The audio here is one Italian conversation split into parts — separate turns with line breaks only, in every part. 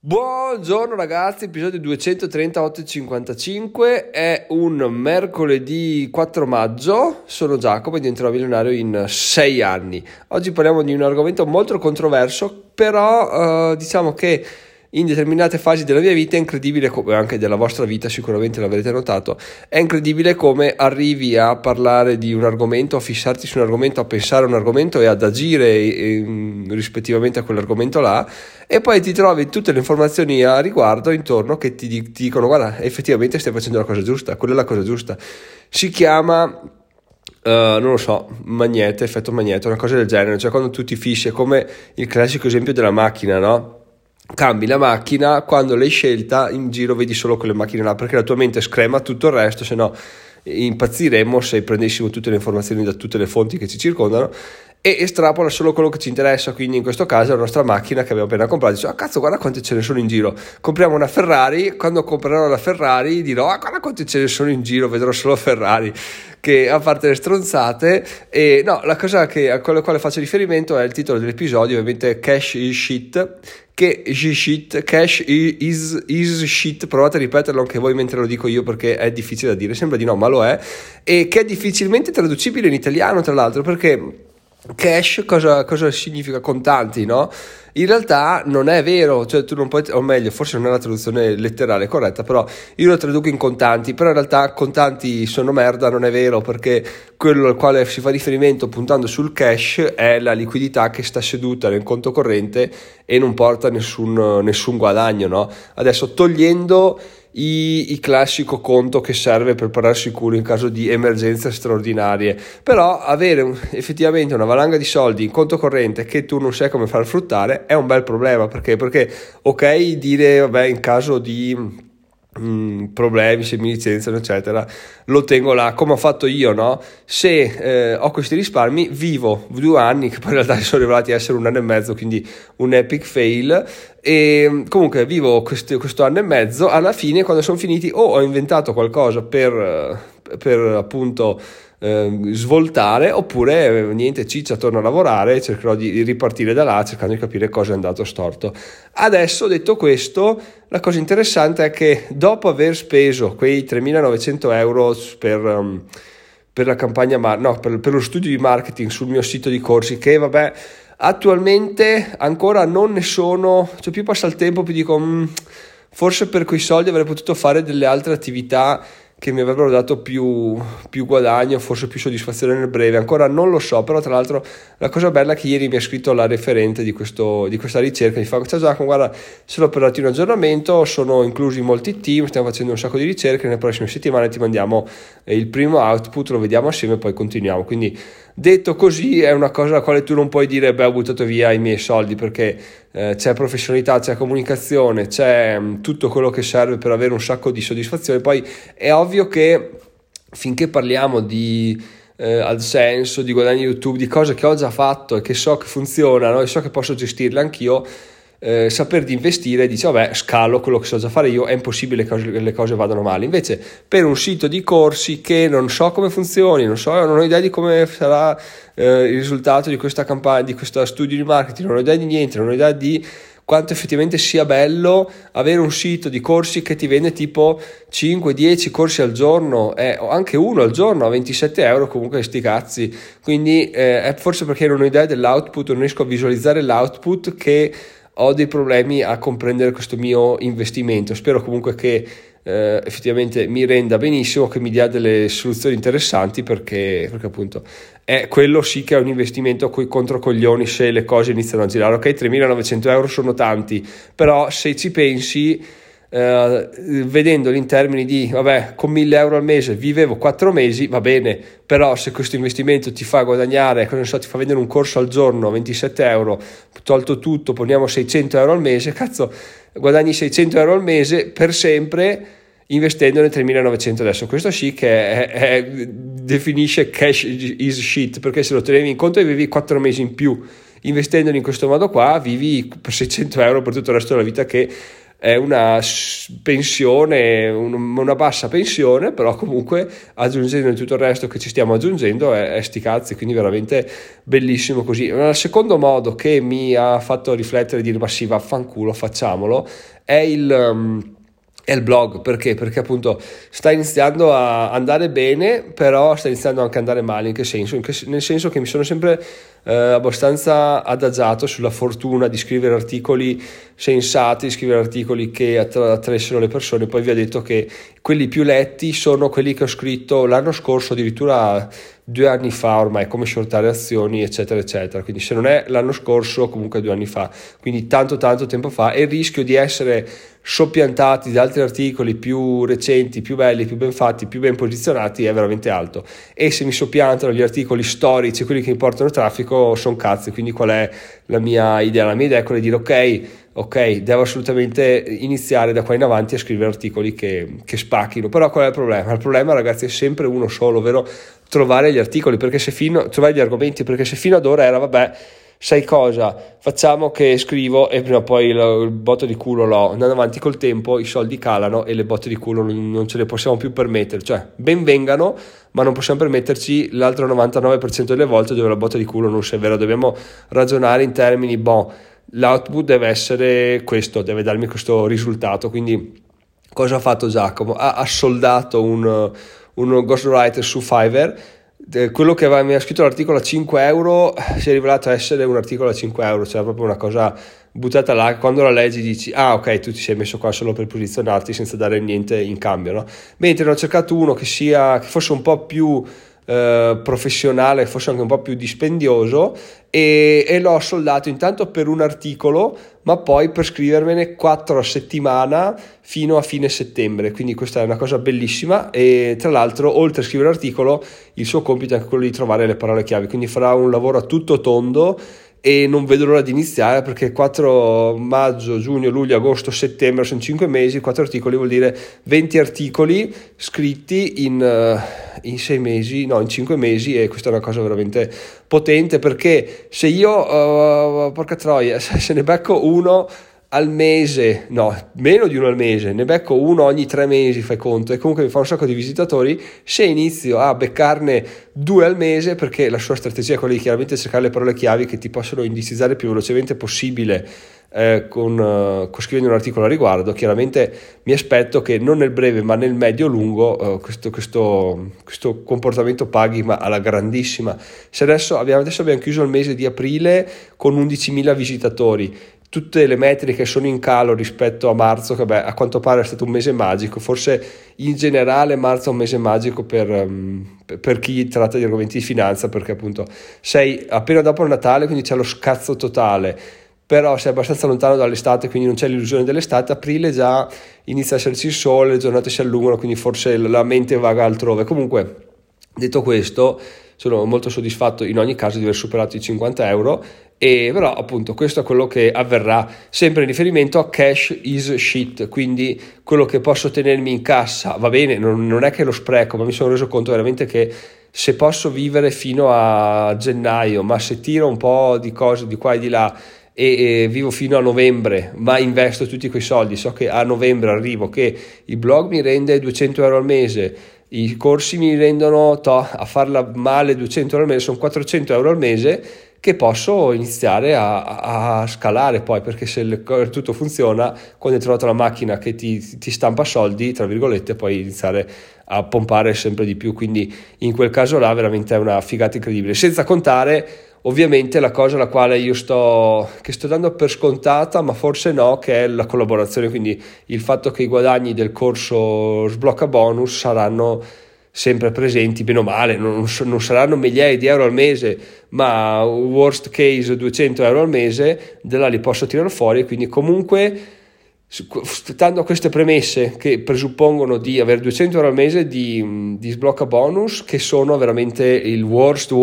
Buongiorno ragazzi, episodio 238 e 55, è un mercoledì 4 maggio, sono Giacomo e diventerò milionario in 6 anni. Oggi parliamo di un argomento molto controverso, però diciamo che in determinate fasi della mia vita è incredibile, come anche della vostra vita sicuramente l'avrete notato, è incredibile come arrivi a parlare di un argomento, a fissarti su un argomento, a pensare a un argomento e ad agire rispettivamente a quell'argomento là, e poi ti trovi tutte le informazioni a riguardo intorno che ti dicono guarda, effettivamente stai facendo la cosa giusta, quella è la cosa giusta. Si chiama non lo so, Magneto, effetto Magneto, una cosa del genere, cioè quando tu ti fissi, è come il classico esempio della macchina, no? Cambi la macchina, quando l'hai scelta in giro vedi solo quelle macchine là, perché la tua mente screma tutto il resto, se no impazziremmo se prendessimo tutte le informazioni da tutte le fonti che ci circondano e estrapola solo quello che ci interessa. Quindi in questo caso la nostra macchina che abbiamo appena comprato, dice cazzo, guarda quante ce ne sono in giro, compriamo una Ferrari, quando comprerò la Ferrari dirò guarda quante ce ne sono in giro, vedrò solo Ferrari, che a parte le stronzate. E no, la cosa a quale faccio riferimento è il titolo dell'episodio, ovviamente Cash is shit, che shit, cash is shit, provate a ripeterlo anche voi mentre lo dico io perché è difficile da dire, sembra di no ma lo è, e che è difficilmente traducibile in italiano tra l'altro, perché cash cosa significa? Contanti, no? In realtà non è vero, cioè tu non puoi, o meglio, forse non è la traduzione letterale corretta, però io lo traduco in contanti, però in realtà contanti sono merda, non è vero, perché quello al quale si fa riferimento puntando sul cash è la liquidità che sta seduta nel conto corrente e non porta nessun guadagno, no? Adesso togliendo il classico conto che serve per parare sicuro in caso di emergenze straordinarie, però avere effettivamente una valanga di soldi in conto corrente che tu non sai come far fruttare è un bel problema, perché ok dire vabbè in caso di problemi, se mi licenziano eccetera lo tengo là come ho fatto io, no? Se ho questi risparmi, vivo 2 anni che poi in realtà si sono rivelati essere 1 anno e mezzo, quindi un epic fail, e comunque vivo questo anno e mezzo, alla fine quando sono finiti ho inventato qualcosa per appunto svoltare, oppure niente, ciccia, torno a lavorare, cercherò di ripartire da là cercando di capire cosa è andato storto. Adesso, detto questo, la cosa interessante è che dopo aver speso quei 3.900 euro per la campagna per lo studio di marketing sul mio sito di corsi, che vabbè attualmente ancora non ne sono, cioè più passa il tempo più dico forse per quei soldi avrei potuto fare delle altre attività che mi avrebbero dato più guadagno, forse più soddisfazione nel breve, ancora non lo so. Però tra l'altro la cosa bella è che ieri mi ha scritto la referente di questa ricerca, mi fa ciao Giacomo, guarda, solo per darti un aggiornamento, sono inclusi molti team, stiamo facendo un sacco di ricerche, nelle prossime settimane ti mandiamo il primo output, lo vediamo assieme e poi continuiamo. Quindi detto così è una cosa alla quale tu non puoi dire beh ho buttato via i miei soldi, perché c'è professionalità, c'è comunicazione, c'è tutto quello che serve per avere un sacco di soddisfazione. Poi è ovvio che finché parliamo di AdSense, di guadagni YouTube, di cose che ho già fatto e che so che funzionano e so che posso gestirle anch'io, saper di investire, dice vabbè scalo quello che so già fare io, è impossibile che le cose vadano male. Invece per un sito di corsi che non so come funzioni, non ho idea di come sarà il risultato di questa campagna, di questo studio di marketing, non ho idea di niente, non ho idea di quanto effettivamente sia bello avere un sito di corsi che ti vende tipo 5-10 corsi al giorno, o anche uno al giorno a 27 euro, comunque sti cazzi. Quindi è forse perché non ho idea dell'output, non riesco a visualizzare l'output, che ho dei problemi a comprendere questo mio investimento. Spero comunque che effettivamente mi renda benissimo, che mi dia delle soluzioni interessanti, perché appunto è quello sì che è un investimento a cui controcoglioni se le cose iniziano a girare. Ok, 3.900 euro sono tanti, però se ci pensi vedendoli in termini di vabbè, con 1.000 euro al mese vivevo 4 mesi, va bene, però se questo investimento ti fa guadagnare, cosa ne so, ti fa vendere un corso al giorno a 27 euro, tolto tutto poniamo 600 euro al mese, cazzo, guadagni 600 euro al mese per sempre investendone 3.900. Adesso questo sì che definisce cash is shit, perché se lo tenevi in conto e vivi 4 mesi in più investendoli in questo modo qua, vivi per 600 euro per tutto il resto della vita, che è una pensione, una bassa pensione, però comunque aggiungendo tutto il resto che ci stiamo aggiungendo è sti cazzi, quindi veramente bellissimo così. Il secondo modo che mi ha fatto riflettere e dire ma sì, vaffanculo, facciamolo, è il blog. Perché? Perché appunto sta iniziando a andare bene, però sta iniziando anche a andare male. In che senso? Nel senso che mi sono sempre abbastanza adagiato sulla fortuna di scrivere articoli sensati, di scrivere articoli che attraessero le persone. Poi vi ho detto che quelli più letti sono quelli che ho scritto l'anno scorso, addirittura 2 anni fa ormai, come shortare azioni eccetera eccetera, quindi se non è l'anno scorso comunque 2 anni fa, quindi tanto tempo fa, e il rischio di essere soppiantati da altri articoli più recenti, più belli, più ben fatti, più ben posizionati è veramente alto. E se mi soppiantano gli articoli storici, quelli che mi portano traffico, sono cazzi. Quindi qual è la mia idea? La mia idea è quella di dire ok, devo assolutamente iniziare da qua in avanti a scrivere articoli che spacchino. Però qual è il problema? Il problema, ragazzi, è sempre uno solo, ovvero trovare gli articoli, trovare gli argomenti, perché se fino ad ora era vabbè, sai cosa, facciamo che scrivo e prima o poi il botto di culo l'ho. Andando avanti col tempo i soldi calano e le botte di culo non ce le possiamo più permettere, cioè ben vengano, ma non possiamo permetterci l'altro 99% delle volte dove la botta di culo non sia vera. Dobbiamo ragionare in termini, l'output deve essere questo, deve darmi questo risultato. Quindi cosa ha fatto Giacomo? Ha soldato un ghostwriter su Fiverr. Quello che mi aveva scritto l'articolo a 5 euro si è rivelato essere un articolo a 5 euro, cioè proprio una cosa buttata là. Quando la leggi dici ok, tu ti sei messo qua solo per posizionarti senza dare niente in cambio, no? Mentre ne ho cercato uno che fosse un po' più professionale, fosse anche un po' più dispendioso, e l'ho soldato intanto per un articolo, ma poi per scrivermene 4 a settimana fino a fine settembre. Quindi questa è una cosa bellissima. E tra l'altro, oltre a scrivere l'articolo, il suo compito è anche quello di trovare le parole chiave, quindi farà un lavoro a tutto tondo e non vedo l'ora di iniziare, perché 4 maggio, giugno, luglio, agosto, settembre sono 5 mesi. 4 articoli vuol dire 20 articoli scritti in 6 mesi, no, in 5 mesi, e questa è una cosa veramente potente, perché se io porca troia, se ne becco uno al mese, no, meno di uno al mese, ne becco uno ogni 3 mesi, fai conto, e comunque mi fa un sacco di visitatori. Se inizio a beccarne 2 al mese, perché la sua strategia è quella di chiaramente cercare le parole chiavi che ti possono indicizzare il più velocemente possibile con scrivendo un articolo a riguardo, chiaramente mi aspetto che non nel breve ma nel medio-lungo questo comportamento paghi, ma alla grandissima. Se adesso abbiamo chiuso il mese di aprile con 11.000 visitatori, tutte le metriche sono in calo rispetto a marzo, che a quanto pare è stato un mese magico. Forse in generale marzo è un mese magico per chi tratta di argomenti di finanza, perché appunto sei appena dopo il Natale, quindi c'è lo scazzo totale, però sei abbastanza lontano dall'estate, quindi non c'è l'illusione dell'estate. Aprile già inizia a esserci il sole, le giornate si allungano, quindi forse la mente vaga altrove. Comunque, detto questo, sono molto soddisfatto in ogni caso di aver superato i 50 euro. E però appunto questo è quello che avverrà, sempre in riferimento a cash is shit, quindi quello che posso tenermi in cassa va bene, non è che lo spreco, ma mi sono reso conto veramente che se posso vivere fino a gennaio, ma se tiro un po' di cose di qua e di là e vivo fino a novembre, ma investo tutti quei soldi, so che a novembre arrivo, che il blog mi rende 200 euro al mese, i corsi mi rendono a farla male 200 euro al mese, sono 400 euro al mese che posso iniziare a scalare poi, perché se tutto funziona, quando hai trovato la macchina che ti stampa soldi, tra virgolette, puoi iniziare a pompare sempre di più. Quindi in quel caso là veramente è una figata incredibile, senza contare ovviamente la cosa alla quale sto dando per scontata, ma forse no, che è la collaborazione. Quindi il fatto che i guadagni del corso Sblocca Bonus saranno sempre presenti, bene o male, non saranno migliaia di euro al mese, ma worst case 200 euro al mese, da là li posso tirare fuori. Quindi comunque, stando a queste premesse che presuppongono di avere 200 euro al mese di Sblocca Bonus, che sono veramente il worst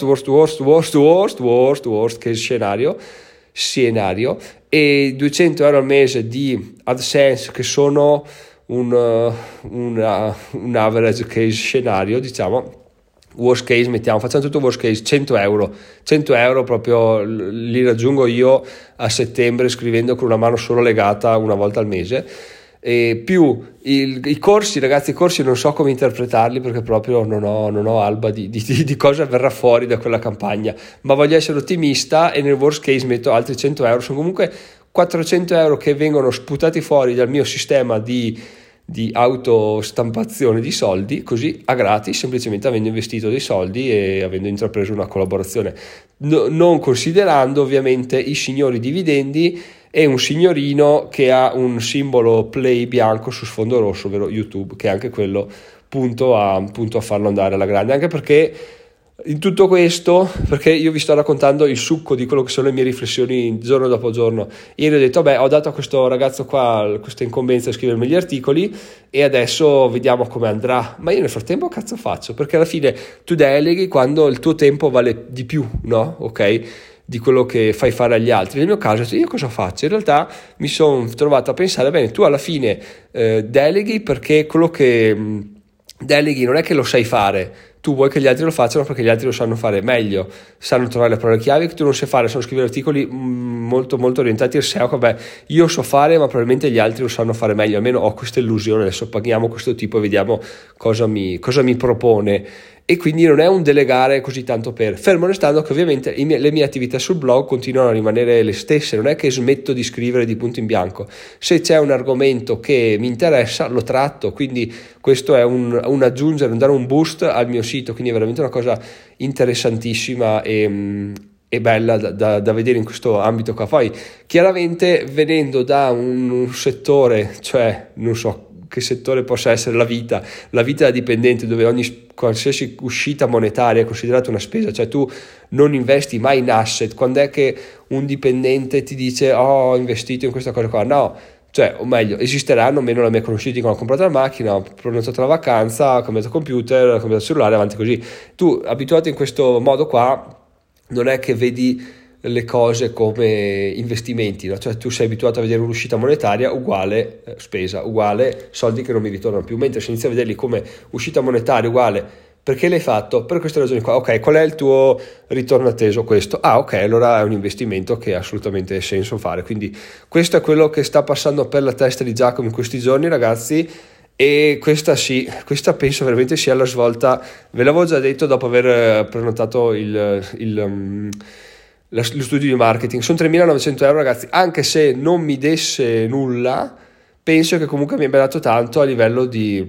case scenario, e 200 euro al mese di AdSense, che sono un average case scenario, diciamo, worst case, facciamo tutto worst case, 100 euro proprio li raggiungo io a settembre scrivendo con una mano solo legata una volta al mese. E più i corsi, ragazzi, i corsi non so come interpretarli perché proprio non ho alba di cosa verrà fuori da quella campagna, ma voglio essere ottimista e nel worst case metto altri 100 euro. Sono comunque 400 euro che vengono sputati fuori dal mio sistema di autostampazione di soldi, così a gratis, semplicemente avendo investito dei soldi e avendo intrapreso una collaborazione, non considerando ovviamente i signori dividendi e un signorino che ha un simbolo play bianco su sfondo rosso, ovvero YouTube, che anche quello punto a farlo andare alla grande, anche perché in tutto questo, perché io vi sto raccontando il succo di quello che sono le mie riflessioni giorno dopo giorno. Ieri ho detto, ho dato a questo ragazzo qua questa incombenza a scrivermi gli articoli e adesso vediamo come andrà, ma io nel frattempo cazzo faccio? Perché alla fine tu deleghi quando il tuo tempo vale di più, no? Ok? Di quello che fai fare agli altri. Nel mio caso io cosa faccio? In realtà mi sono trovato a pensare, bene, tu alla fine deleghi perché quello che deleghi non è che lo sai fare, tu vuoi che gli altri lo facciano perché gli altri lo sanno fare meglio, sanno trovare le parole chiave che tu non sai fare, sanno scrivere articoli molto molto orientati al SEO. Io so fare ma probabilmente gli altri lo sanno fare meglio, almeno ho questa illusione. Adesso paghiamo questo tipo e vediamo cosa mi propone. E quindi non è un delegare così tanto fermo restando che ovviamente le mie attività sul blog continuano a rimanere le stesse, non è che smetto di scrivere di punto in bianco. Se c'è un argomento che mi interessa lo tratto, quindi questo è un aggiungere, un dare un boost al mio sito, quindi è veramente una cosa interessantissima e bella da vedere in questo ambito qua. Poi chiaramente venendo da un settore, cioè non so che settore possa essere la vita da dipendente, dove qualsiasi uscita monetaria è considerata una spesa, cioè tu non investi mai in asset. Quando è che un dipendente ti dice ho investito in questa cosa qua? No, cioè, o meglio, esisteranno meno la mia conosciuti che ho comprato la macchina, ho prenotato la vacanza, ho cambiato computer, ho cambiato cellulare, avanti così. Tu abituato in questo modo qua non è che vedi le cose come investimenti, no? Cioè tu sei abituato a vedere un'uscita monetaria uguale spesa, uguale soldi che non mi ritornano più, mentre se inizi a vederli come uscita monetaria uguale perché l'hai fatto, per queste ragioni qua, ok, qual è il tuo ritorno atteso? Questo, ok, allora è un investimento che ha assolutamente senso fare. Quindi questo è quello che sta passando per la testa di Giacomo in questi giorni, ragazzi. E questa penso veramente sia la svolta. Ve l'avevo già detto dopo aver prenotato lo studio di marketing. Sono 3.900 euro, ragazzi, anche se non mi desse nulla penso che comunque mi abbia dato tanto a livello di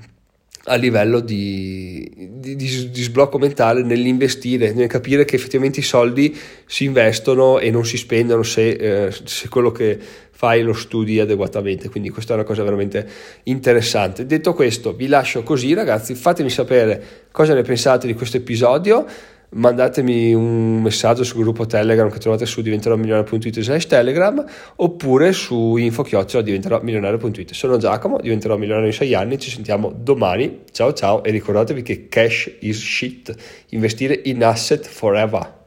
sblocco mentale nell'investire, nel capire che effettivamente i soldi si investono e non si spendono se quello che fai lo studi adeguatamente. Quindi questa è una cosa veramente interessante. Detto questo, vi lascio così, ragazzi. Fatemi sapere cosa ne pensate di questo episodio, mandatemi un messaggio sul gruppo Telegram che trovate su diventeromilionario.it/Telegram oppure su info@diventeromilionario.it. Sono Giacomo, diventerò milionario in 6 anni, ci sentiamo domani, ciao ciao, e ricordatevi che cash is shit, investire in asset forever.